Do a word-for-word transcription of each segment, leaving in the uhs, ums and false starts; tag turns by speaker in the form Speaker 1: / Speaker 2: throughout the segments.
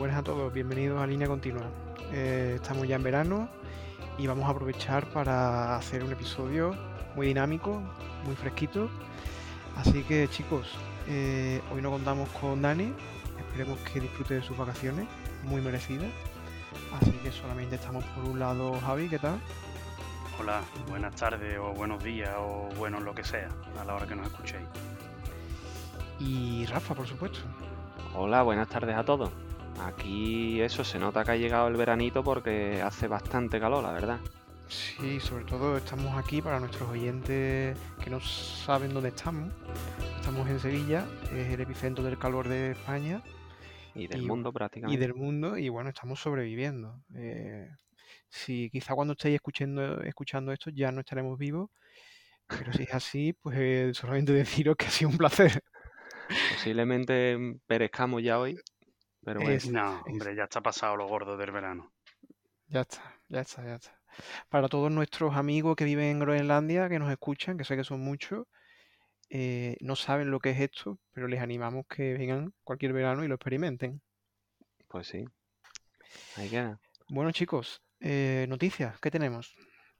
Speaker 1: buenas a todos, bienvenidos a Línea Continua. Eh, estamos ya en verano y vamos a aprovechar para hacer un episodio muy dinámico, muy fresquito. Así que chicos, eh, hoy no contamos con Dani, esperemos que disfrute de sus vacaciones, muy merecidas. Así que solamente estamos por un lado Javi, ¿qué tal?
Speaker 2: Hola, buenas tardes o buenos días o bueno, lo que sea, a la hora que nos escuchéis.
Speaker 1: Y Rafa, por supuesto.
Speaker 3: Hola, buenas tardes a todos. Aquí eso, se nota que ha llegado el veranito porque hace bastante calor, la verdad.
Speaker 1: Sí, sobre todo estamos aquí para nuestros oyentes que no saben dónde estamos. Estamos en Sevilla, es el epicentro del calor de España
Speaker 3: Y del
Speaker 1: y,
Speaker 3: mundo
Speaker 1: y
Speaker 3: prácticamente.
Speaker 1: del mundo, y bueno, estamos sobreviviendo. Eh, si quizá cuando estéis escuchando, escuchando esto ya no estaremos vivos, pero si es así, pues eh, solamente deciros que ha sido un placer.
Speaker 3: Posiblemente mm, perezcamos ya hoy, pero bueno.
Speaker 1: Es,
Speaker 2: No,
Speaker 1: es-
Speaker 2: hombre, ya está pasado lo gordo del verano.
Speaker 1: ya está, ya está, ya está. Para todos nuestros amigos que viven en Groenlandia, que nos escuchan, que sé que son muchos, eh, no saben lo que es esto, pero les animamos que vengan cualquier verano y lo experimenten.
Speaker 3: Pues sí, ahí queda.
Speaker 1: Bueno, chicos, eh, noticias, ¿qué tenemos?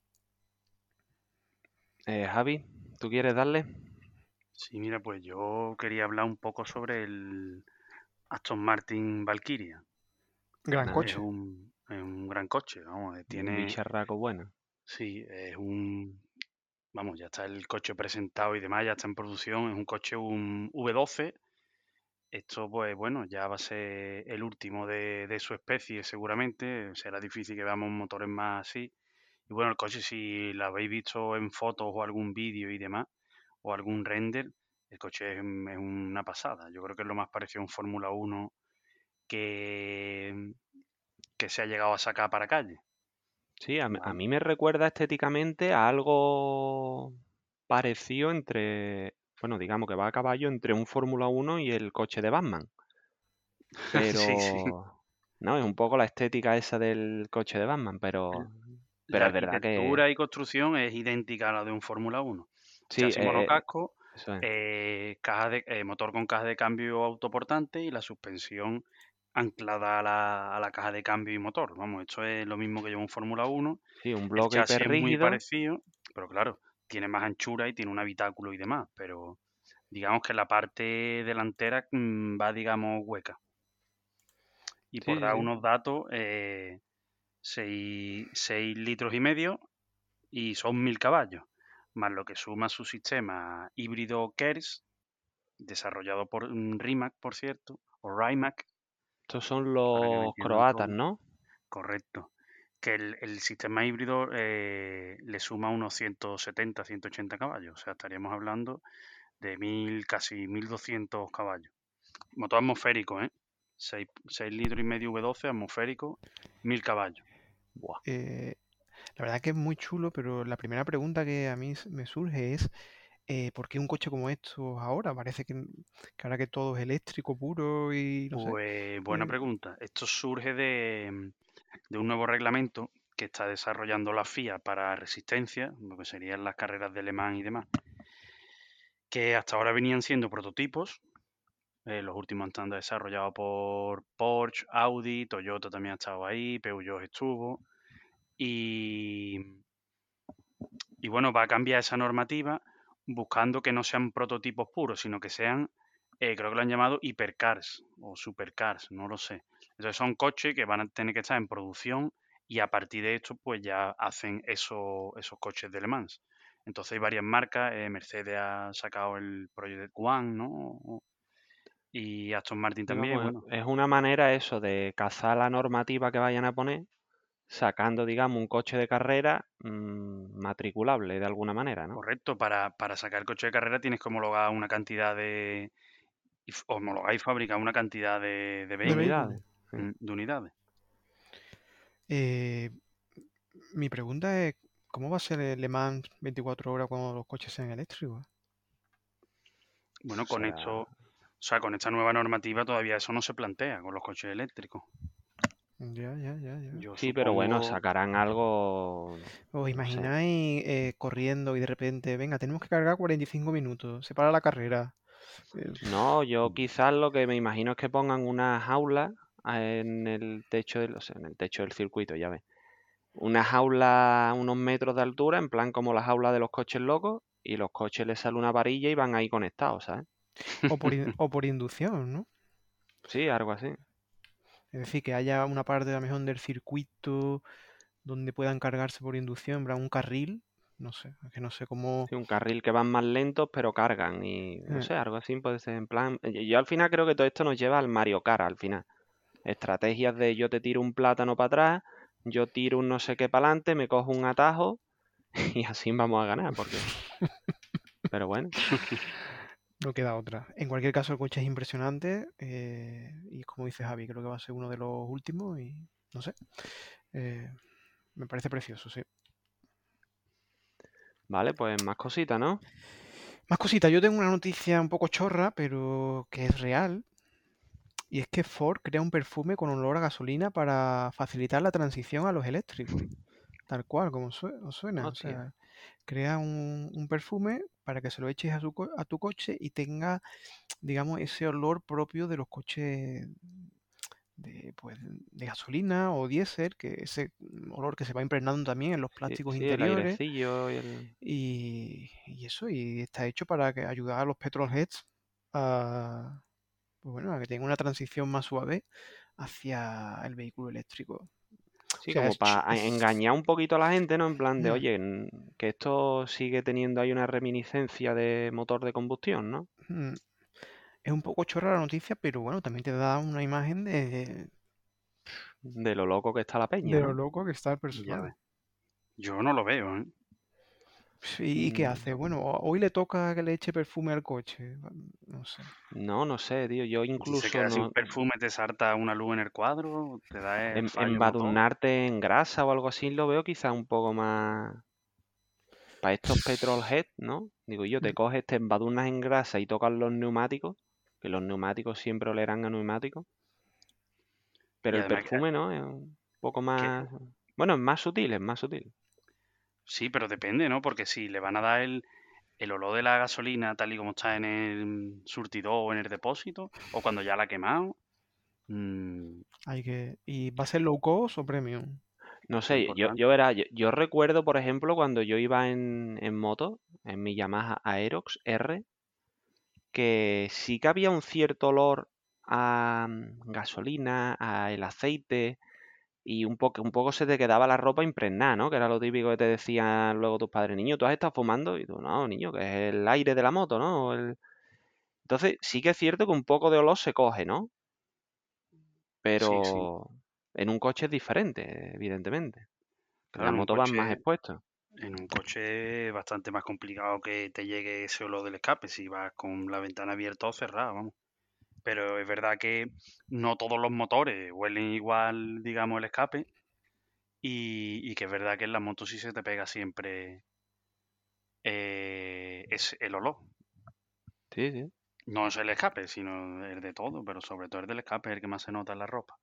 Speaker 3: Eh, Javi, ¿tú quieres darle?
Speaker 2: Sí, mira, pues yo quería hablar un poco sobre el Aston Martin Valkyria.
Speaker 1: Gran
Speaker 3: Ah,
Speaker 2: Es
Speaker 1: coche.
Speaker 2: un, es un gran coche, vamos, eh,
Speaker 3: un
Speaker 2: tiene,
Speaker 3: bicharraco bueno.
Speaker 2: sí, es un, vamos, ya está el coche presentado y demás, ya está en producción, es un coche, un V doce. Esto, pues bueno, ya va a ser el último de, de su especie seguramente, será difícil que veamos motores más así. Y bueno, el coche, si lo habéis visto en fotos o algún vídeo y demás, o algún render, el coche es, un- es una pasada. Yo creo que es lo más parecido a un Fórmula uno que, que se ha llegado a sacar para calle.
Speaker 3: Sí, a, m- a
Speaker 2: ¿Vale?
Speaker 3: mí me recuerda estéticamente a algo parecido entre, bueno, digamos que va a caballo entre un Fórmula uno y el coche de Batman.
Speaker 2: Sí, sí.
Speaker 3: Pero, no, es un poco la estética esa del coche de Batman,
Speaker 2: El-
Speaker 3: pero,
Speaker 2: La
Speaker 3: pero es verdad que
Speaker 2: arquitectura y construcción es idéntica a la de un Fórmula uno.
Speaker 3: sí,
Speaker 2: Chasis
Speaker 3: eh, eh,
Speaker 2: monocasco,
Speaker 3: eso es.
Speaker 2: eh, caja de, eh, motor con caja de cambio autoportante y la suspensión anclada a la, a la caja de cambio y motor. Vamos, esto es lo mismo que lleva un Fórmula uno.
Speaker 3: Sí, un
Speaker 2: El
Speaker 3: bloque
Speaker 2: chasis es muy
Speaker 3: hiperrígido.
Speaker 2: parecido, pero claro, tiene más anchura y tiene un habitáculo y demás, pero digamos que la parte delantera mm, va, digamos, hueca. Y por
Speaker 3: Sí, sí,
Speaker 2: dar
Speaker 3: sí.
Speaker 2: unos datos, eh, seis litros y medio y son mil caballos, más lo que suma su sistema híbrido KERS, desarrollado por mm, Rimac, por cierto, o Rimac,
Speaker 3: Estos son
Speaker 2: para que me
Speaker 3: los
Speaker 2: entiendan
Speaker 3: croatas,
Speaker 2: todos.
Speaker 3: ¿no?
Speaker 2: Correcto. Que el, el sistema híbrido eh, le suma unos ciento setenta, ciento ochenta caballos. O sea, estaríamos hablando de mil, casi mil doscientos caballos. Motor atmosférico, ¿eh? seis litros y medio V doce atmosférico, mil caballos.
Speaker 3: Buah.
Speaker 1: Eh, la verdad que es muy chulo, pero la primera pregunta que a mí s- me surge es eh, ¿por qué un coche como estos ahora? Parece que, que ahora que todo es eléctrico puro y no sé.
Speaker 2: Pues buena
Speaker 1: eh,
Speaker 2: pregunta. Esto surge de, de un nuevo reglamento que está desarrollando la F I A para resistencia, lo que serían las carreras de Le Mans y demás, que hasta ahora venían siendo prototipos. Eh, los últimos están desarrollados por Porsche, Audi, Toyota también ha estado ahí, Peugeot estuvo. Y, y bueno, va a cambiar esa normativa buscando que no sean prototipos puros, sino que sean, eh, creo que lo han llamado hipercars o supercars, no lo sé. Entonces son coches que van a tener que estar en producción y a partir de esto pues ya hacen eso- esos coches de Le Mans. Entonces hay varias marcas, eh, Mercedes ha sacado el Project One, ¿no? Y Aston Martin
Speaker 3: Sí,
Speaker 2: también,
Speaker 3: vamos,
Speaker 2: bueno,
Speaker 3: es es una manera eso de cazar la normativa que vayan a poner, sacando, digamos, un coche de carrera mm, matriculable de alguna manera, ¿no?
Speaker 2: correcto, para, para sacar el coche de carrera tienes que homologar una cantidad de, y f- homologar y fabricar una cantidad de, de
Speaker 3: De
Speaker 1: de
Speaker 2: vehículos,
Speaker 1: vehículos.
Speaker 3: unidades. Sí.
Speaker 2: mm, de unidades.
Speaker 1: Eh, mi pregunta es, ¿cómo va a ser el Le Mans veinticuatro horas cuando los coches sean eléctricos?
Speaker 3: Eso
Speaker 2: Bueno, con esto,
Speaker 3: será.
Speaker 2: o sea, con esta nueva normativa todavía eso no se plantea con los coches eléctricos.
Speaker 1: Ya, ya, ya, ya.
Speaker 2: Yo
Speaker 3: Sí, pero bueno,
Speaker 2: supongo,
Speaker 3: sacarán algo,
Speaker 1: ¿Os
Speaker 3: no sé.
Speaker 1: imagináis eh, corriendo y de repente, venga, tenemos que cargar cuarenta y cinco minutos, se para la carrera? Eh,
Speaker 3: No, yo
Speaker 2: mm,
Speaker 3: quizás lo que me imagino es que pongan unas aulas en el techo del, o sea, en el techo del circuito, ya ves. Una jaula a unos metros de altura, en plan como la jaula de los coches locos, y los coches les sale una varilla y van ahí conectados, ¿sabes?
Speaker 1: O por, in- o por inducción, ¿no?
Speaker 3: Sí, algo así.
Speaker 1: Es decir, que haya una parte a lo mejor del circuito donde puedan cargarse por inducción, en plan un carril, no sé, es que no sé cómo...
Speaker 3: Sí, un carril que van más lentos, pero cargan y no
Speaker 1: eh,
Speaker 3: sé, algo así puede ser en plan. Yo yo al final creo que todo esto nos lleva al Mario Kart al final. Estrategias de yo te tiro un plátano para atrás, yo tiro un no sé qué para adelante, me cojo un atajo y así vamos a ganar, porque. Pero bueno,
Speaker 1: No queda otra. En cualquier caso, el coche es impresionante eh, y como dice Javi, creo que va a ser uno de los últimos y no sé, eh, me parece precioso, sí.
Speaker 3: vale, pues más cositas, ¿no?
Speaker 1: Más cositas, yo tengo una noticia un poco chorra, pero que es real, y es que Ford crea un perfume con olor a gasolina para facilitar la transición a los eléctricos, tal cual, como sue- os suena. O
Speaker 3: Hostia.
Speaker 1: sea, crea un, un perfume para que se lo eches a, su co- a tu coche y tenga, digamos, ese olor propio de los coches de, pues, de gasolina o diésel, que ese olor que se va impregnando también en los
Speaker 3: Sí,
Speaker 1: plásticos
Speaker 3: sí, el
Speaker 1: interiores
Speaker 3: airecillo y el.
Speaker 1: y, y eso, y está hecho para que ayudar a los petrolheads a, pues bueno, a que tengan una transición más suave hacia el vehículo eléctrico. O
Speaker 3: Sí,
Speaker 1: sea,
Speaker 3: como
Speaker 1: es, ch-
Speaker 3: para
Speaker 1: es,
Speaker 3: engañar un poquito a la gente, ¿no? En plan de,
Speaker 1: mm,
Speaker 3: oye, n- que esto sigue teniendo ahí una reminiscencia de motor de combustión, ¿no?
Speaker 1: mm, es un poco chorra la noticia, pero bueno, también te da una imagen de,
Speaker 3: De lo loco que está la peña,
Speaker 1: de lo
Speaker 3: ¿no?
Speaker 1: loco que está el
Speaker 2: Ya ves.
Speaker 1: personaje.
Speaker 2: Yo no lo veo, ¿eh?
Speaker 1: Sí, ¿y qué
Speaker 3: Mm,
Speaker 1: hace? Bueno, ho- hoy le toca que le eche perfume al coche. No sé.
Speaker 3: No, no sé, tío. Yo
Speaker 2: Y si se
Speaker 3: incluso
Speaker 2: queda sin
Speaker 3: no.
Speaker 2: perfume, te salta una luz en el cuadro, te da el
Speaker 3: em-
Speaker 2: fallo el motor.
Speaker 3: Embadurnarte en grasa o algo así lo veo quizá un poco más. Para estos petrolheads, ¿no? Digo yo, te
Speaker 1: Mm,
Speaker 3: coges, te embadurnas en grasa y tocas los neumáticos, que los neumáticos siempre olerán a neumáticos, pero
Speaker 2: Y
Speaker 3: el
Speaker 2: además que,
Speaker 3: perfume, ¿no? Es un poco
Speaker 2: que-
Speaker 3: más. Bueno, es más sutil, es más sutil.
Speaker 2: sí, pero depende, ¿no? Porque si le van a dar el, el olor de la gasolina tal y como está en el surtidor o en el depósito, o cuando ya la ha quemado, mm,
Speaker 1: hay que... ¿Y va a ser low cost o premium?
Speaker 3: No
Speaker 2: eso es
Speaker 3: sé, yo,
Speaker 2: importante.
Speaker 3: yo era, yo, yo recuerdo, por ejemplo, cuando yo iba en, en moto, en mi Yamaha Aerox R, que sí que había un cierto olor a mm, gasolina, a el aceite, y un poco, un poco se te quedaba la ropa impregnada, ¿no? Que era lo típico que te decían luego tus padres, niño, ¿tú has estado fumando? Y tú, no, niño, que es el aire de la moto, ¿no? O el- Entonces, sí que es cierto que un poco de olor se coge, ¿no?
Speaker 2: Sí, sí.
Speaker 3: Pero en un coche es diferente, evidentemente. En
Speaker 2: Claro,
Speaker 3: la
Speaker 2: en un
Speaker 3: moto van más
Speaker 2: coche,
Speaker 3: expuestos.
Speaker 2: en un coche es bastante más complicado que te llegue ese olor del escape si vas con la ventana abierta o cerrada, vamos. Pero es verdad que no todos los motores huelen igual, digamos, el escape. Y, y que es verdad que en la moto sí se te pega siempre eh, es el olor.
Speaker 3: Sí, sí.
Speaker 2: No es el escape, sino el de todo, pero sobre todo el del escape es el que más se nota en la ropa.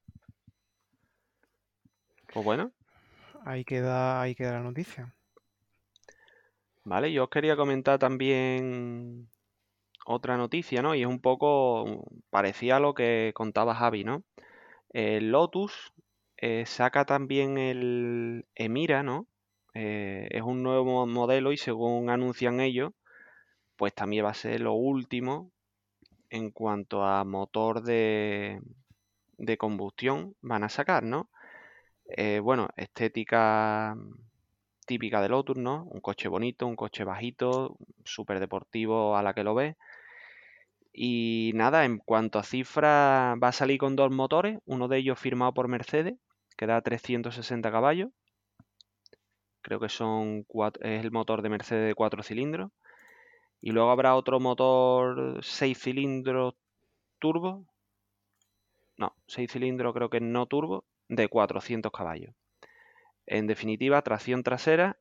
Speaker 3: Pues bueno,
Speaker 1: Ahí queda, ahí queda la noticia.
Speaker 3: vale, yo os quería comentar también otra noticia, ¿no? Y es un poco mm, parecía a lo que contaba Javi, ¿no? El Lotus eh, saca también el Emira, ¿no? Eh, es un nuevo mo- modelo y según anuncian ellos, pues también va a ser lo último en cuanto a motor de, de combustión van a sacar, ¿no? Eh, bueno, estética típica de Lotus, ¿no? Un coche bonito, un coche bajito, súper deportivo a la que lo ves. Y nada, en cuanto a cifras, va a salir con dos motores, uno de ellos firmado por Mercedes, que da trescientos sesenta caballos. Creo que son cuatro- es el motor de Mercedes de cuatro cilindros. Y luego habrá otro motor seis cilindros turbo. No, seis cilindros creo que no turbo, de cuatrocientos caballos. En definitiva, tracción trasera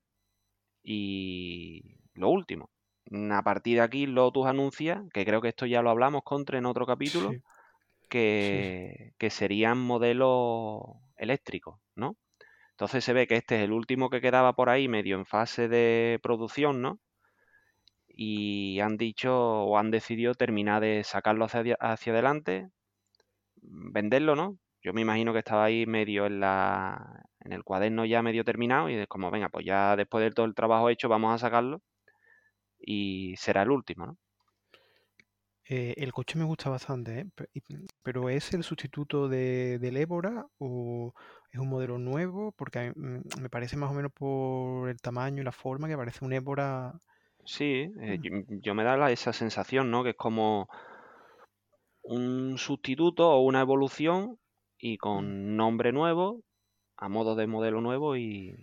Speaker 3: y lo último. A partir de aquí, Lotus anuncia, que creo que esto ya lo hablamos contra en otro capítulo,
Speaker 1: Sí, sí, sí.
Speaker 3: que, que serían modelos eléctricos, ¿no? Entonces se ve que este es el último que quedaba por ahí medio en fase de producción, ¿no? Y han dicho o han decidido terminar de sacarlo hacia, hacia adelante, venderlo, ¿no? yo me imagino que estaba ahí medio en la en el cuaderno ya medio terminado y es como, venga, pues ya después de todo el trabajo hecho vamos a sacarlo y será el último, ¿no?
Speaker 1: Eh, el coche me gusta bastante, ¿eh? Pe- y- Pero ¿es el sustituto de, del Évora o es un modelo nuevo? Porque a mí, mm, me parece más o menos por el tamaño y la forma que parece un Évora.
Speaker 3: Sí, eh,
Speaker 1: mm,
Speaker 3: yo, yo me da la- esa sensación, ¿no? Que es como un sustituto o una evolución y
Speaker 1: mm.
Speaker 3: con nombre nuevo, a modo de modelo nuevo y,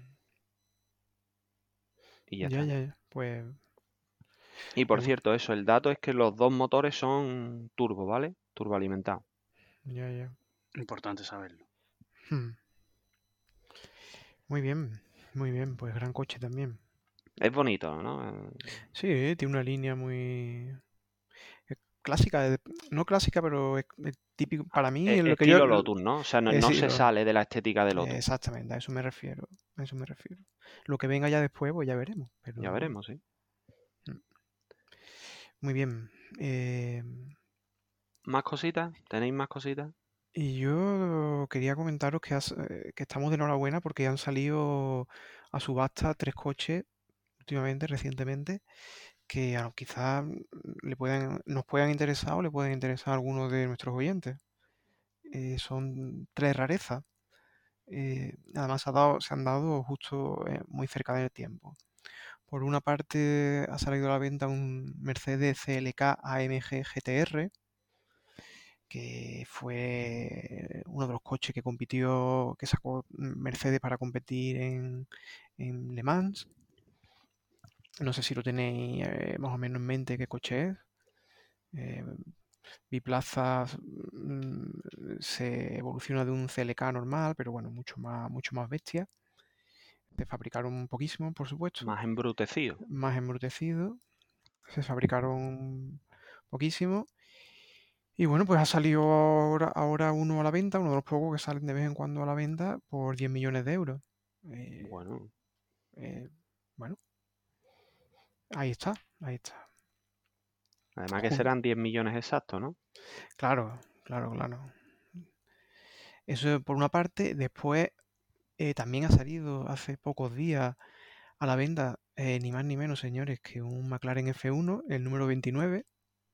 Speaker 3: y ya
Speaker 1: Ya,
Speaker 3: está.
Speaker 1: ya, ya. Pues
Speaker 3: Y
Speaker 1: me
Speaker 3: por
Speaker 1: gusta.
Speaker 3: cierto, eso, el dato es que los dos motores son turbo, ¿vale? Turboalimentados.
Speaker 1: Ya, ya.
Speaker 2: Importante saberlo.
Speaker 1: Hmm. Muy bien, muy bien. Pues gran coche también.
Speaker 3: Es bonito, ¿no? Eh,
Speaker 1: Sí, eh, tiene una línea muy eh, clásica, eh, no clásica, pero es, es típico. Para mí,
Speaker 3: e-
Speaker 1: lo que yo...
Speaker 3: estilo Lotus, ¿no? O sea, no,
Speaker 1: Eh,
Speaker 3: no
Speaker 1: sí,
Speaker 3: se
Speaker 1: lo-
Speaker 3: sale de la estética de
Speaker 1: eh,
Speaker 3: Lotus.
Speaker 1: exactamente, a eso me refiero. A eso me refiero. Lo que venga ya después, pues ya veremos.
Speaker 3: Ya
Speaker 1: Pero
Speaker 3: veremos, sí.
Speaker 1: mm, muy bien. Eh,
Speaker 3: ¿Más cositas? ¿Tenéis más cositas?
Speaker 1: y yo quería comentaros que, has- eh, que estamos de enhorabuena porque han salido a subasta tres coches últimamente, recientemente, que a- quizás le puedan, nos puedan interesar o le pueden interesar a algunos de nuestros oyentes. Eh, son tres rarezas. Eh, además se, ha dado- se han dado justo eh, muy cerca del tiempo. Por una parte ha salido a la venta un Mercedes C L K A M G G T R, que fue uno de los coches que compitió, que sacó Mercedes para competir en, en Le Mans. No sé si lo tenéis eh, más o menos en mente qué coche es. Eh, Biplaza mm, se evoluciona de un C L K normal, pero bueno, mucho más, mucho más bestia. Se fabricaron poquísimo, por supuesto,
Speaker 3: Más embrutecido.
Speaker 1: más embrutecido. Se fabricaron poquísimo. Y bueno, pues ha salido ahora, ahora uno a la venta, uno de los pocos que salen de vez en cuando a la venta por diez millones de euros. Eh,
Speaker 3: Bueno,
Speaker 1: eh, bueno, ahí está, ahí está.
Speaker 3: además que
Speaker 1: Jun-
Speaker 3: serán diez millones exactos, ¿no?
Speaker 1: claro, claro, claro. Eso por una parte. Después eh, también ha salido hace pocos días a la venta, eh, ni más ni menos, señores, que un McLaren F uno, el número veintinueve,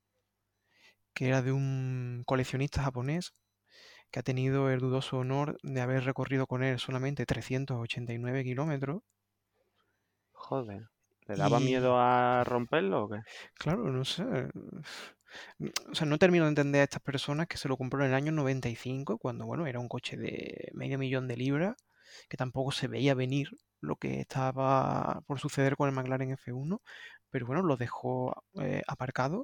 Speaker 1: que era de un coleccionista japonés que ha tenido el dudoso honor de haber recorrido con él solamente trescientos ochenta y nueve kilómetros.
Speaker 3: Joder. ¿Le daba
Speaker 1: Y
Speaker 3: miedo a romperlo o qué?
Speaker 1: claro, no sé. O sea, no termino de entender a estas personas que se lo compró en el año noventa y cinco, cuando, bueno, era un coche de medio millón de libras, que tampoco se veía venir lo que estaba por suceder con el McLaren F uno, pero bueno, lo dejó eh, aparcado.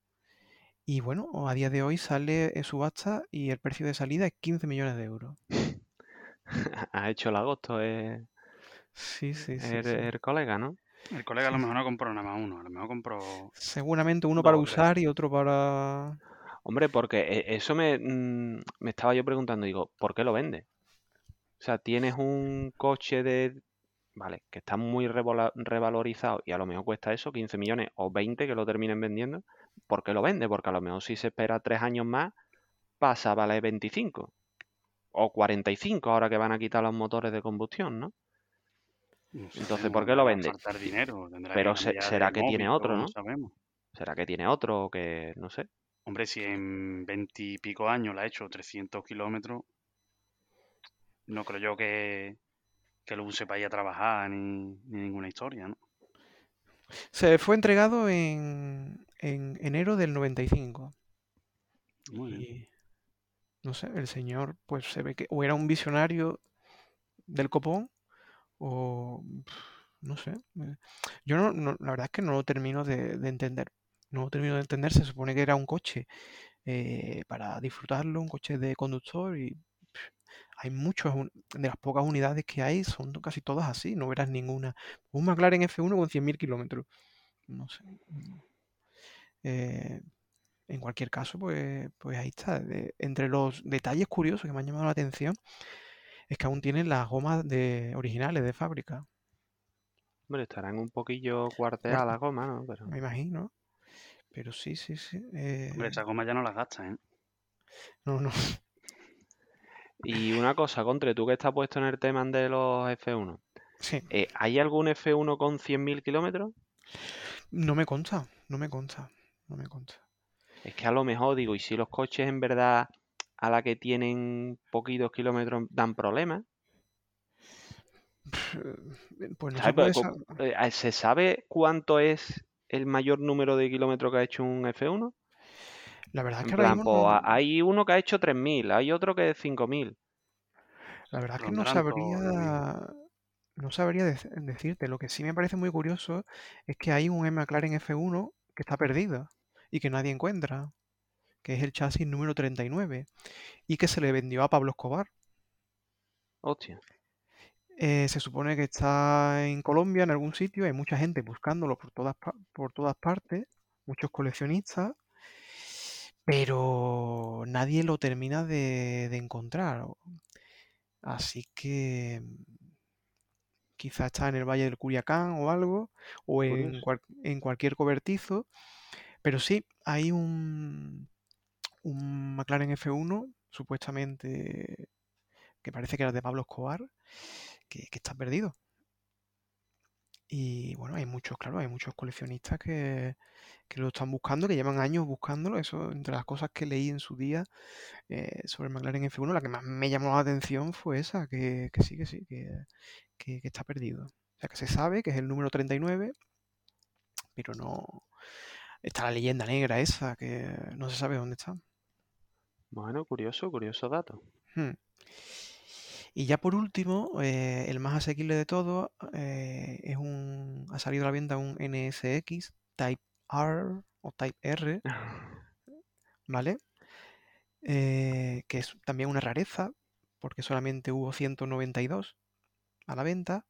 Speaker 1: Y bueno, a día de hoy sale en subasta y el precio de salida es quince millones de euros.
Speaker 3: Ha hecho el agosto, eh,
Speaker 1: Sí, sí, sí,
Speaker 3: el,
Speaker 1: sí.
Speaker 3: el colega, ¿no?
Speaker 2: El colega a
Speaker 1: Sí,
Speaker 2: lo
Speaker 1: sí.
Speaker 2: mejor no compró nada más uno, a lo mejor compró
Speaker 1: Seguramente uno para
Speaker 2: dos o tres.
Speaker 1: usar y otro para...
Speaker 3: Hombre, porque e- eso me, mm, me estaba yo preguntando, digo, ¿por qué lo vende? O sea, tienes un coche de, vale, que está muy revola- revalorizado y a lo mejor cuesta eso, quince millones o veinte que lo terminen vendiendo. ¿Por qué lo vende? Porque a lo mejor si se espera tres años más, pasa a valer veinticinco o cuarenta y cinco ahora que van a quitar los motores de combustión, ¿no?
Speaker 2: No sé,
Speaker 3: Entonces,
Speaker 2: no
Speaker 3: ¿por
Speaker 2: le
Speaker 3: qué lo
Speaker 2: hará
Speaker 3: vende?
Speaker 2: faltar dinero, tendrá que
Speaker 3: Pero se-
Speaker 2: cambiar de
Speaker 3: será que tiene
Speaker 2: móvil
Speaker 3: otro,
Speaker 2: o no
Speaker 3: ¿no?
Speaker 2: sabemos.
Speaker 3: ¿Será que tiene otro o que, no sé?
Speaker 2: Hombre, si en veinte y pico años le ha hecho trescientos kilómetros, no creo yo que, que lo use para ir a trabajar ni, ni ninguna historia, ¿no?
Speaker 1: Se fue entregado en, en enero del noventa y cinco.
Speaker 2: Muy bien.
Speaker 1: Y no sé, el señor pues se ve que o era un visionario del copón o pf, no sé. eh, Yo no, no- la verdad es que no lo termino de, de entender. No lo termino de entender. Se supone que era un coche eh, para disfrutarlo, un coche de conductor y pf, hay muchas, un- de las pocas unidades que hay son casi todas así, no verás ninguna. Un McLaren F uno con cien mil kilómetros. No sé. mm, eh, en cualquier caso, pues, pues ahí está. De- entre los detalles curiosos que me han llamado la atención es que aún tienen las gomas de, originales de fábrica.
Speaker 3: Hombre, estarán un poquillo cuarteadas
Speaker 1: Fuerte,
Speaker 3: las gomas, ¿no? Pero
Speaker 1: me imagino. Pero sí, sí, sí.
Speaker 2: Hombre,
Speaker 1: eh,
Speaker 2: esas gomas ya no las gastan, ¿eh?
Speaker 1: no, no.
Speaker 3: Y una cosa, Contre, tú que estás puesto en el tema de los F uno,
Speaker 1: Sí,
Speaker 3: eh, ¿hay algún F uno con cien mil kilómetros?
Speaker 1: no me consta, no me consta, no me consta.
Speaker 3: Es que a lo mejor digo, ¿y si los coches en verdad a la que tienen poquitos kilómetros dan problemas?
Speaker 1: Pues no se
Speaker 3: ¿Sabes? Pues,
Speaker 1: puede
Speaker 3: cu-
Speaker 1: saber.
Speaker 3: cu- eh, ¿Se sabe cuánto es el mayor número de kilómetros que ha hecho un F uno?
Speaker 1: La verdad es
Speaker 3: En
Speaker 1: que ahora
Speaker 3: plan,
Speaker 1: mismo
Speaker 3: pues
Speaker 1: no,
Speaker 3: a- hay uno que ha hecho tres mil, hay otro que es cinco mil.
Speaker 1: la verdad es que no
Speaker 2: Rondarán
Speaker 1: sabría,
Speaker 2: todos lo mismo.
Speaker 1: no sabría dec- decirte. Lo que sí me parece muy curioso es que hay un McLaren F uno que está perdido y que nadie encuentra, que es el chasis número treinta y nueve y que se le vendió a Pablo Escobar.
Speaker 3: Hostia.
Speaker 1: Eh, se supone que está en Colombia, en algún sitio, hay mucha gente buscándolo por todas, pa- por todas partes, muchos coleccionistas, pero nadie lo termina de, de encontrar. Así que quizá está en el Valle del Curiacán o algo, o en,
Speaker 3: Curioso.
Speaker 1: cual- en cualquier cobertizo, pero sí, hay un, un McLaren F uno, supuestamente, que parece que era de Pablo Escobar, que, que está perdido. Y bueno, hay muchos, claro, hay muchos coleccionistas que, que lo están buscando, que llevan años buscándolo. Eso, entre las cosas que leí en su día eh, sobre el McLaren F uno, la que más me llamó la atención fue esa, que, que sí, que sí, que, que- que está perdido. O sea, que se sabe que es el número treinta y nueve, pero no. Está la leyenda negra esa, que no se sabe dónde está.
Speaker 3: Bueno, curioso, curioso dato.
Speaker 1: Hmm. Y ya por último, eh, el más asequible de todos eh, es un. Ha salido a la venta un N S X Type R o Type R, ¿vale? Eh, que es también una rareza, porque solamente hubo ciento noventa y dos a la venta.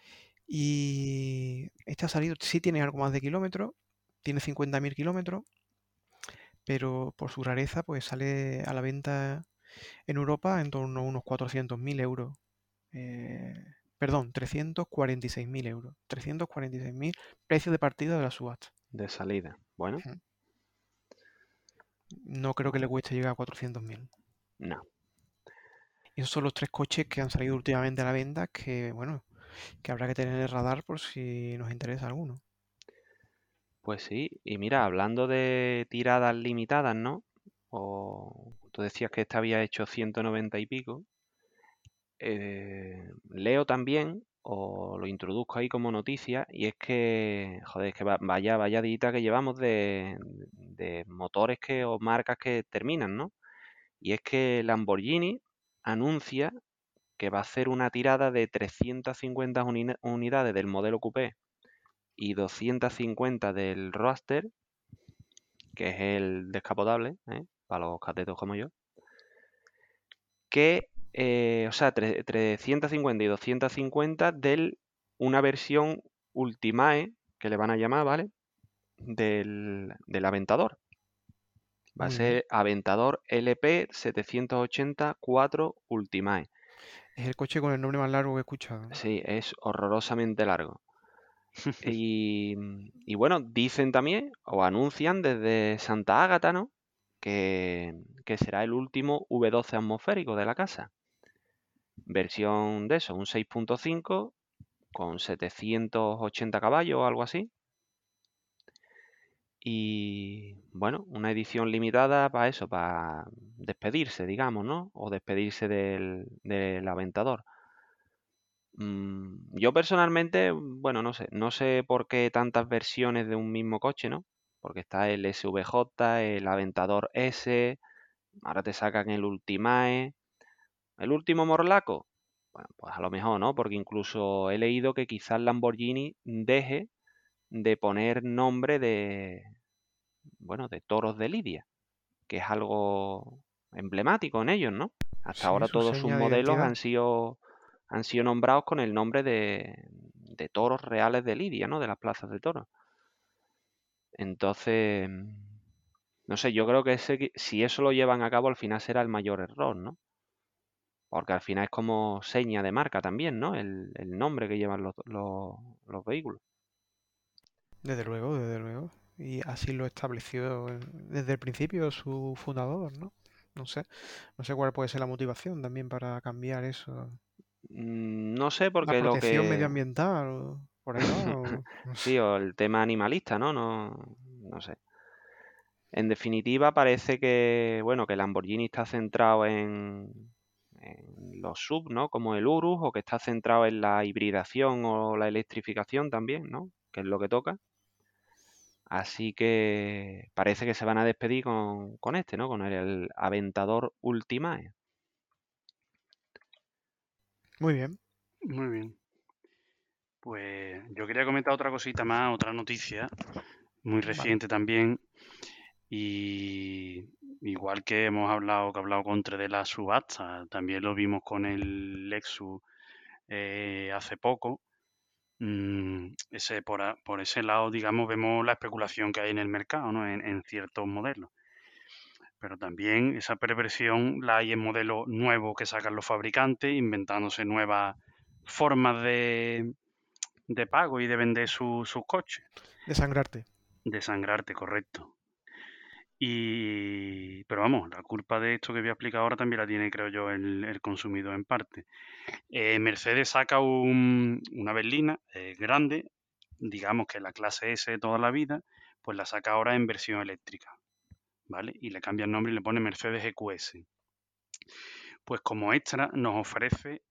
Speaker 1: Y este ha salido, sí tiene algo más de kilómetros, tiene cincuenta mil kilómetros, pero por su rareza, pues sale a la venta en Europa en torno a unos cuatrocientos mil euros. Eh, perdón, trescientos cuarenta y seis mil euros. trescientos cuarenta y seis mil precio de partida de la subasta.
Speaker 3: De salida. Bueno,
Speaker 1: Ujú. No creo que le cueste llegar a cuatrocientos mil.
Speaker 3: no.
Speaker 1: Y esos son los tres coches que han salido últimamente a la venta que, bueno, que habrá que tener en el radar por si nos interesa alguno.
Speaker 3: Pues sí, y mira, hablando de tiradas limitadas, ¿no? O tú decías que esta había hecho ciento noventa y pico. eh, leo también, o lo introduzco ahí como noticia, y es que, joder, es que va- vaya, vaya dita que llevamos de, de motores que, o marcas que terminan, ¿no? Y es que Lamborghini anuncia que va a hacer una tirada de trescientas cincuenta uni- unidades del modelo coupé y doscientas cincuenta del Roadster, que es el descapotable, ¿eh? Para los catetos como yo, que, eh, o sea, tre- trescientas cincuenta y doscientas cincuenta de una versión Ultimae, que le van a llamar, ¿vale? Del, del Aventador. Va a
Speaker 1: Muy bien.
Speaker 3: ser Aventador L P setecientos ochenta cuatro Ultimae.
Speaker 1: Es el coche con el nombre más largo que he escuchado.
Speaker 3: Sí, es horrorosamente largo. Y, y bueno, dicen también, o anuncian desde Santa Ágata, ¿no? Que, que será el último V doce atmosférico de la casa. Versión de eso, un seis punto cinco con setecientos ochenta caballos o algo así. Y bueno, una edición limitada para eso, para despedirse, digamos, ¿no? O despedirse del, del Aventador. Mm, yo personalmente, bueno, no sé, no sé por qué tantas versiones de un mismo coche, ¿no? Porque está el S V J, el Aventador S, ahora te sacan el Ultimae, el último Morlaco. Bueno, pues a lo mejor, ¿no? Porque incluso he leído que quizás Lamborghini deje de poner nombre de, bueno, de toros de Lidia, que es algo emblemático en ellos, ¿no? Hasta
Speaker 1: Sí,
Speaker 3: ahora
Speaker 1: su
Speaker 3: todos sus
Speaker 1: seña de
Speaker 3: modelos
Speaker 1: identidad.
Speaker 3: han sido, han sido nombrados con el nombre de, de toros reales de Lidia, ¿no? De las plazas de toros. Entonces, no sé, yo creo que ese, si eso lo llevan a cabo al final será el mayor error, ¿no? Porque al final es como seña de marca también, ¿no? El, el nombre que llevan los, los, los vehículos.
Speaker 1: Desde luego, desde luego. Y así lo estableció en- desde el principio su fundador, ¿no? No sé, no sé cuál puede ser la motivación también para cambiar eso.
Speaker 3: Mm, No sé,
Speaker 1: La
Speaker 3: porque lo
Speaker 1: protección
Speaker 3: que...
Speaker 1: medioambiental, o por ahí va, o no sé.
Speaker 3: Sí, o el tema animalista, ¿no? No, no sé. En definitiva, parece que, bueno, que Lamborghini está centrado en, en los S U V, ¿no? Como el Urus, o que está centrado en la hibridación o la electrificación también, ¿no? Que es lo que toca. Así que parece que se van a despedir con, con este, ¿no? Con el, el Aventador Ultimae.
Speaker 1: Muy bien.
Speaker 2: Muy bien. Pues yo quería comentar otra cosita más, otra noticia, muy
Speaker 1: Vale.
Speaker 2: reciente también. Y igual que hemos hablado, que ha hablado contra de la subasta, también lo vimos con el Lexus eh, hace poco. Mm, ese, por, a- por ese lado, digamos, vemos la especulación que hay en el mercado, ¿no? En, en ciertos modelos. Pero también esa perversión la hay en modelos nuevos que sacan los fabricantes, inventándose nuevas formas de, de pago y de vender su- sus coches.
Speaker 1: Desangrarte.
Speaker 2: Desangrarte, correcto. Y, pero vamos, la culpa de esto que voy a explicar ahora también la tiene, creo yo, el, el consumidor en parte. Eh, Mercedes saca un- una berlina eh, grande, digamos que la clase S de toda la vida, pues la saca ahora en versión eléctrica, ¿vale? Y le cambia el nombre y le pone Mercedes E Q S. Pues como extra nos ofrece,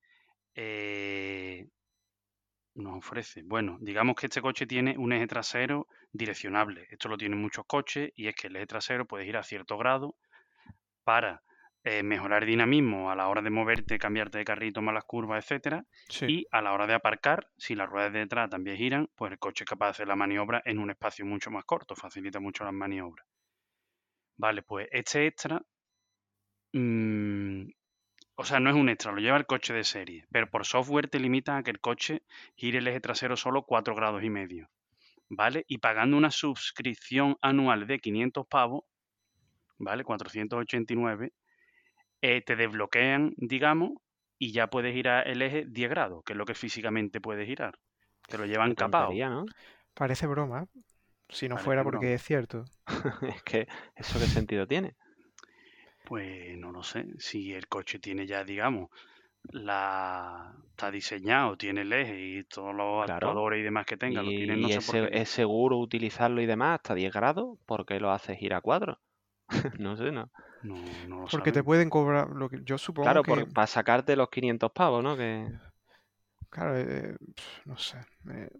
Speaker 2: eh, nos ofrece, bueno, digamos que este coche tiene un eje trasero direccionable. Esto lo tienen muchos coches y es que el eje trasero puedes ir a cierto grado para eh, mejorar el dinamismo a la hora de moverte, cambiarte de carrito, malas curvas, etcétera.
Speaker 1: Sí.
Speaker 2: Y a la hora de aparcar, si las ruedas de detrás también giran, pues el coche es capaz de hacer la maniobra en un espacio mucho más corto, facilita mucho las maniobras. Vale, pues este extra, mm, o sea, no es un extra, lo lleva el coche de serie, pero por software te limita a que el coche gire el eje trasero solo cuatro grados y medio, ¿vale? Y pagando una suscripción anual de quinientos pavos, ¿vale? cuatrocientos ochenta y nueve, eh, te desbloquean, digamos, y ya puedes girar el eje diez grados, que es lo que físicamente puedes girar. Te lo llevan
Speaker 3: Qué
Speaker 2: capado,
Speaker 3: tontería, ¿no?
Speaker 1: Parece broma, si no fuera
Speaker 2: parece
Speaker 1: porque
Speaker 2: broma.
Speaker 1: es cierto.
Speaker 3: Es que, ¿eso qué sentido tiene?
Speaker 2: Pues no lo sé, si el coche tiene ya, digamos, la está diseñado, tiene el eje y todos los
Speaker 3: Claro.
Speaker 2: actuadores y demás que tenga, lo tienen,
Speaker 3: Y,
Speaker 2: no
Speaker 3: y
Speaker 2: sé por
Speaker 3: es,
Speaker 2: qué.
Speaker 3: es seguro utilizarlo y demás hasta diez grados, ¿por qué lo haces ir a cuatro? No sé, ¿no?
Speaker 2: No, no lo
Speaker 1: Porque te
Speaker 2: sabemos.
Speaker 1: pueden cobrar, lo que yo supongo
Speaker 3: Claro,
Speaker 1: que,
Speaker 3: para sacarte los quinientos pavos, ¿no? Que
Speaker 1: claro, eh, pf, no sé. eh,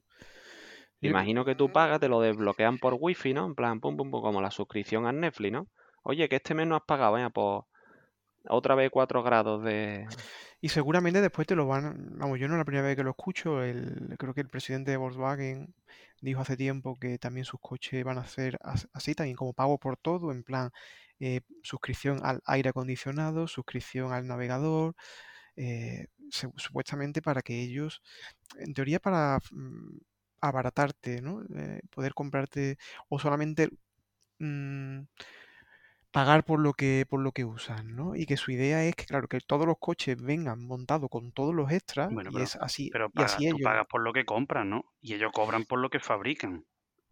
Speaker 1: yo-
Speaker 3: imagino que tú pagas, te lo desbloquean por wifi, ¿no? En plan, pum, pum, pum, como la suscripción a Netflix, ¿no? Oye, que este mes no has pagado, venga, pues otra vez cuatro grados de...
Speaker 1: y seguramente después te lo van, vamos, yo no es la primera vez que lo escucho, el, creo que el presidente de Volkswagen dijo hace tiempo que también sus coches van a ser as- así, también como pago por todo, en plan eh, suscripción al aire acondicionado, suscripción al navegador, eh, se- supuestamente para que ellos, en teoría para mm, abaratarte, ¿no? Eh, poder comprarte o solamente mm, pagar por lo que por lo que usan, ¿no? Y que su idea es que, claro, que todos los coches vengan montados con todos los extras
Speaker 2: Bueno,
Speaker 1: y
Speaker 2: pero,
Speaker 1: es así,
Speaker 2: pero
Speaker 1: y
Speaker 2: pagas,
Speaker 1: así
Speaker 2: tú
Speaker 1: ellos,
Speaker 2: pagas por lo que compras, ¿no? Y ellos cobran por lo que fabrican.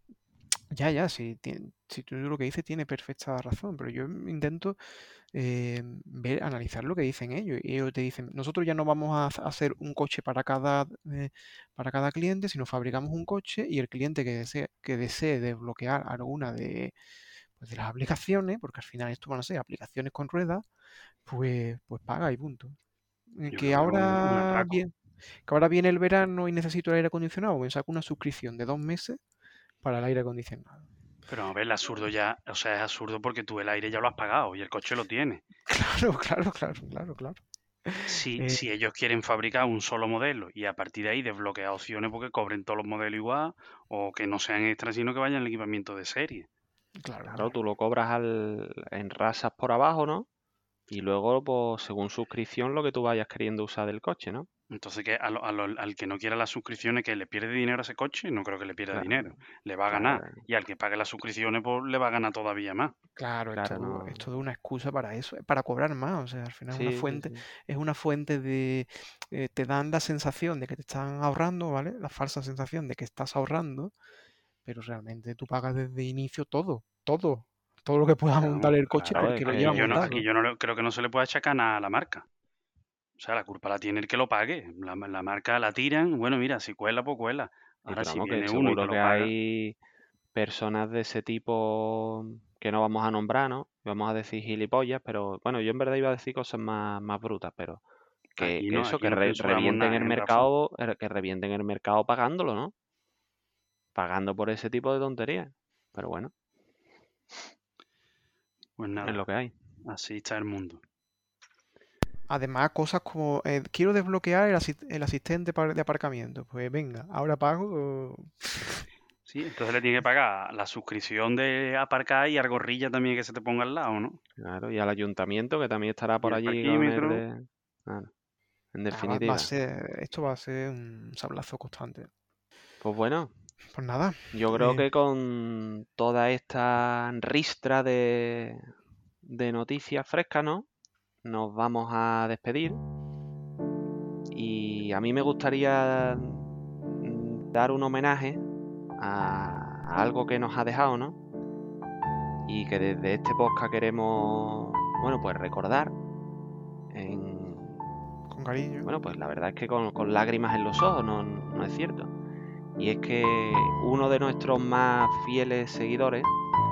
Speaker 1: ya, ya, si, tien- si tú lo que dices tiene perfecta razón, pero yo intento eh, ver, analizar lo que dicen ellos. Y ellos te dicen, nosotros ya no vamos a ha- hacer un coche para cada, eh, para cada cliente, sino fabricamos un coche y el cliente que desee, que desee desbloquear alguna de, pues, de las aplicaciones, porque al final esto van a ser aplicaciones con ruedas, pues, pues paga y punto. Eh,
Speaker 2: Yo
Speaker 1: Que
Speaker 2: lo veo un, un
Speaker 1: ahora
Speaker 2: atraco.
Speaker 1: bien, que ahora viene el verano y necesito el aire acondicionado, me saco una suscripción de dos meses para el aire acondicionado.
Speaker 2: Pero a ver, el absurdo ya, o sea, es absurdo porque tú el aire ya lo has pagado y el coche lo tiene.
Speaker 1: Claro, claro, claro, claro, claro.
Speaker 2: Si,
Speaker 1: Eh,
Speaker 2: si ellos quieren fabricar un solo modelo y a partir de ahí desbloquear opciones porque cobren todos los modelos igual o que no sean extras sino que vayan al equipamiento de serie.
Speaker 1: claro,
Speaker 3: Claro,
Speaker 1: claro.
Speaker 3: tú lo cobras al, en rasas por abajo, ¿no? Y luego, pues, según suscripción, lo que tú vayas queriendo usar del coche, ¿no?
Speaker 2: Entonces, que a lo- a lo- al que no quiera las suscripciones, que le pierde dinero a ese coche, no creo que le pierda
Speaker 3: Claro,
Speaker 2: dinero. Le va a
Speaker 3: claro,
Speaker 2: ganar. Y al que pague las suscripciones, pues le va a ganar todavía más.
Speaker 1: Claro, es
Speaker 3: claro,
Speaker 1: todo, es
Speaker 3: no.
Speaker 1: todo una excusa para eso, para cobrar más. O sea, al final es una
Speaker 3: Sí, sí,
Speaker 1: fuente,
Speaker 3: sí.
Speaker 1: es una fuente de, eh, te dan la sensación de que te están ahorrando, ¿vale? La falsa sensación de que estás ahorrando, pero realmente tú pagas desde inicio todo, todo, todo lo que pueda
Speaker 2: Claro,
Speaker 1: montar el coche
Speaker 3: claro,
Speaker 1: porque
Speaker 3: es
Speaker 1: lo
Speaker 3: que
Speaker 1: lleva
Speaker 2: Aquí yo, no,
Speaker 1: montado.
Speaker 2: aquí yo no le- creo que no se le puede achacar nada a la marca. O sea, la culpa la tiene el que lo pague. La, la marca la tiran, bueno, mira, si cuela, pues cuela.
Speaker 3: Sí,
Speaker 2: Ahora,
Speaker 3: pero
Speaker 2: si
Speaker 3: vamos, que
Speaker 2: viene uno y te
Speaker 3: seguro
Speaker 2: lo
Speaker 3: que
Speaker 2: paga,
Speaker 3: hay personas de ese tipo que no vamos a nombrar, ¿no? Vamos a decir gilipollas, pero bueno, yo en verdad iba a decir cosas más, más brutas, pero que,
Speaker 2: aquí
Speaker 3: que
Speaker 2: no,
Speaker 3: eso,
Speaker 2: aquí
Speaker 3: que
Speaker 2: no
Speaker 3: re-
Speaker 2: censuramos
Speaker 3: revienten
Speaker 2: nada,
Speaker 3: el
Speaker 2: en Rafa.
Speaker 3: mercado, eh, que revienten el mercado pagándolo, ¿no? Pagando por ese tipo de tonterías. Pero bueno,
Speaker 2: Pues
Speaker 3: es
Speaker 2: nada,
Speaker 3: lo que hay.
Speaker 2: así está el mundo.
Speaker 1: Además, cosas como, eh, quiero desbloquear el, asi- el asistente par- de aparcamiento. Pues venga, ahora pago.
Speaker 2: Sí, entonces le tienes que pagar la suscripción de aparcar y al gorrilla también que se te ponga al lado, ¿no?
Speaker 3: Claro, y al ayuntamiento que también estará
Speaker 2: Y
Speaker 3: por
Speaker 2: el
Speaker 3: allí con el
Speaker 2: parquímetro.
Speaker 3: de... Claro, en
Speaker 1: Ah, va, va a
Speaker 3: definitiva.
Speaker 1: ser, esto va a ser un sablazo constante.
Speaker 3: Pues bueno,
Speaker 1: Pues nada,
Speaker 3: yo creo
Speaker 1: eh,
Speaker 3: que con toda esta ristra de, de noticias frescas, ¿no? Nos vamos a despedir. Y a mí me gustaría mm, dar un homenaje a, a algo que nos ha dejado, ¿no? Y que desde este podcast queremos, bueno, pues recordar en,
Speaker 1: con cariño.
Speaker 3: bueno, pues la verdad es que con, con lágrimas en los ojos, no, no es cierto. Y es que uno de nuestros más fieles seguidores,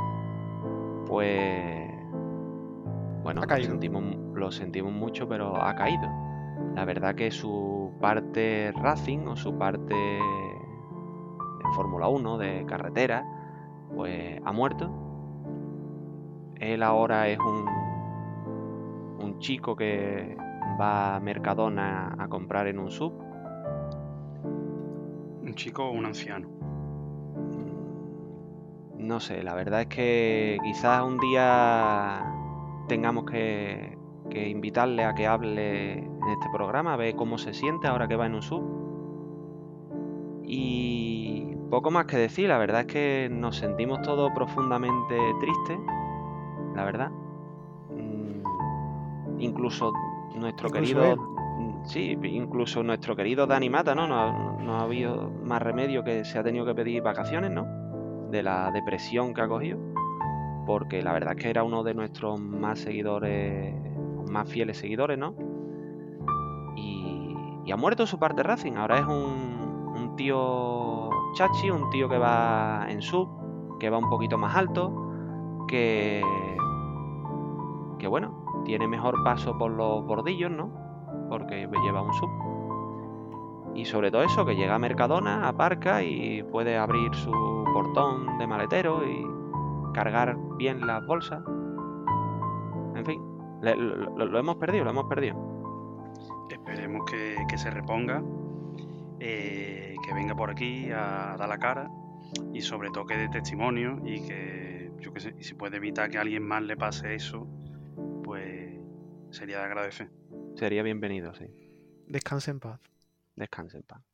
Speaker 3: pues, bueno,
Speaker 1: Ha
Speaker 3: lo
Speaker 1: caído.
Speaker 3: sentimos, lo sentimos mucho, pero ha caído. La verdad que su parte Racing o su parte de Fórmula uno, de carretera, pues ha muerto. Él ahora es un, un chico que va a Mercadona a comprar en un sub.
Speaker 2: Un chico o un anciano.
Speaker 3: No sé, la verdad es que quizás un día tengamos que, que invitarle a que hable en este programa, a ver cómo se siente ahora que va en un sub. Y poco más que decir, la verdad es que nos sentimos todos profundamente tristes, la verdad. Mm, incluso nuestro
Speaker 1: Incluso
Speaker 3: querido,
Speaker 1: él.
Speaker 3: mm, sí, incluso nuestro querido Dani Mata, ¿no? No, no ha habido más remedio que se ha tenido que pedir vacaciones, ¿no? De la depresión que ha cogido, porque la verdad es que era uno de nuestros más seguidores, más fieles seguidores, ¿no? Y, y ha muerto su parte Racing, ahora es un, un tío chachi, un tío que va en sub, que va un poquito más alto, que, que bueno, tiene mejor paso por los bordillos, ¿no? Porque lleva un sub. Y sobre todo eso, que llega a Mercadona, aparca y puede abrir su portón de maletero y cargar bien las bolsas. En fin, le- lo, lo- lo hemos perdido, lo hemos perdido.
Speaker 2: Esperemos que, que se reponga, eh, que venga por aquí a dar la cara y sobre todo que dé testimonio y que, yo qué sé, y si puede evitar que a alguien más le pase eso, pues sería de agradecer.
Speaker 3: Sería bienvenido, sí.
Speaker 1: Descanse en paz.
Speaker 3: Descansen en paz.